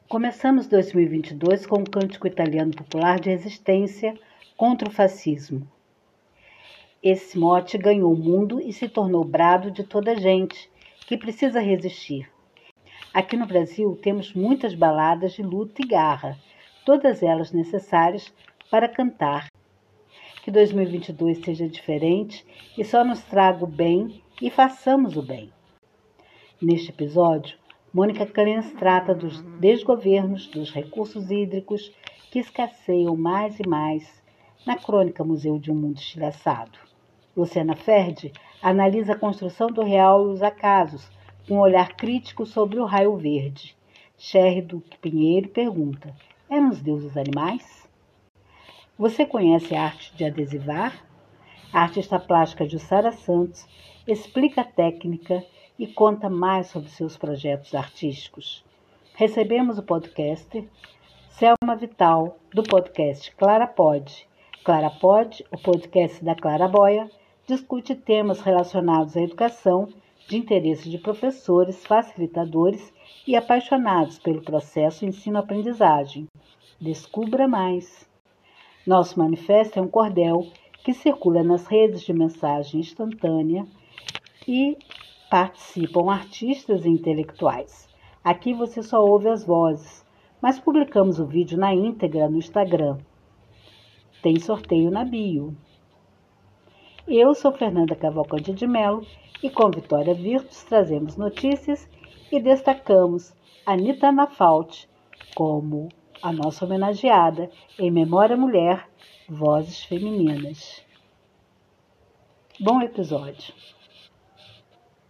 Começamos 2022 com um cântico italiano popular de resistência contra o fascismo. Esse mote ganhou o mundo e se tornou brado de toda a gente que precisa resistir. Aqui no Brasil temos muitas baladas de luta e garra, todas elas necessárias para cantar. Que 2022 seja diferente e só nos traga o bem e façamos o bem. Neste episódio, Mônica Clens trata dos desgovernos dos recursos hídricos que escasseiam mais e mais na crônica Museu de um Mundo Estilhaçado. Luciana Ferdi analisa a construção do real e os acasos, com um olhar crítico sobre o raio verde. Sherry Duque Pinheiro pergunta: eram os deuses animais? Você conhece a arte de adesivar? A artista plástica Jussara Santos explica a técnica e conta mais sobre seus projetos artísticos. Recebemos o podcaster Selma Vital, do podcast Clara Pod. Clara Pod, o podcast da Clara Boia, discute temas relacionados à educação de interesse de professores, facilitadores e apaixonados pelo processo ensino-aprendizagem. Descubra mais. Nosso manifesto é um cordel que circula nas redes de mensagem instantânea e participam artistas e intelectuais. Aqui você só ouve as vozes, mas publicamos o vídeo na íntegra no Instagram. Tem sorteio na bio. Eu sou Fernanda Cavalcante de Mello e com Vitória Virtus trazemos notícias e destacamos Anita Mafaldi como a nossa homenageada em Memória Mulher, Vozes Femininas. Bom episódio!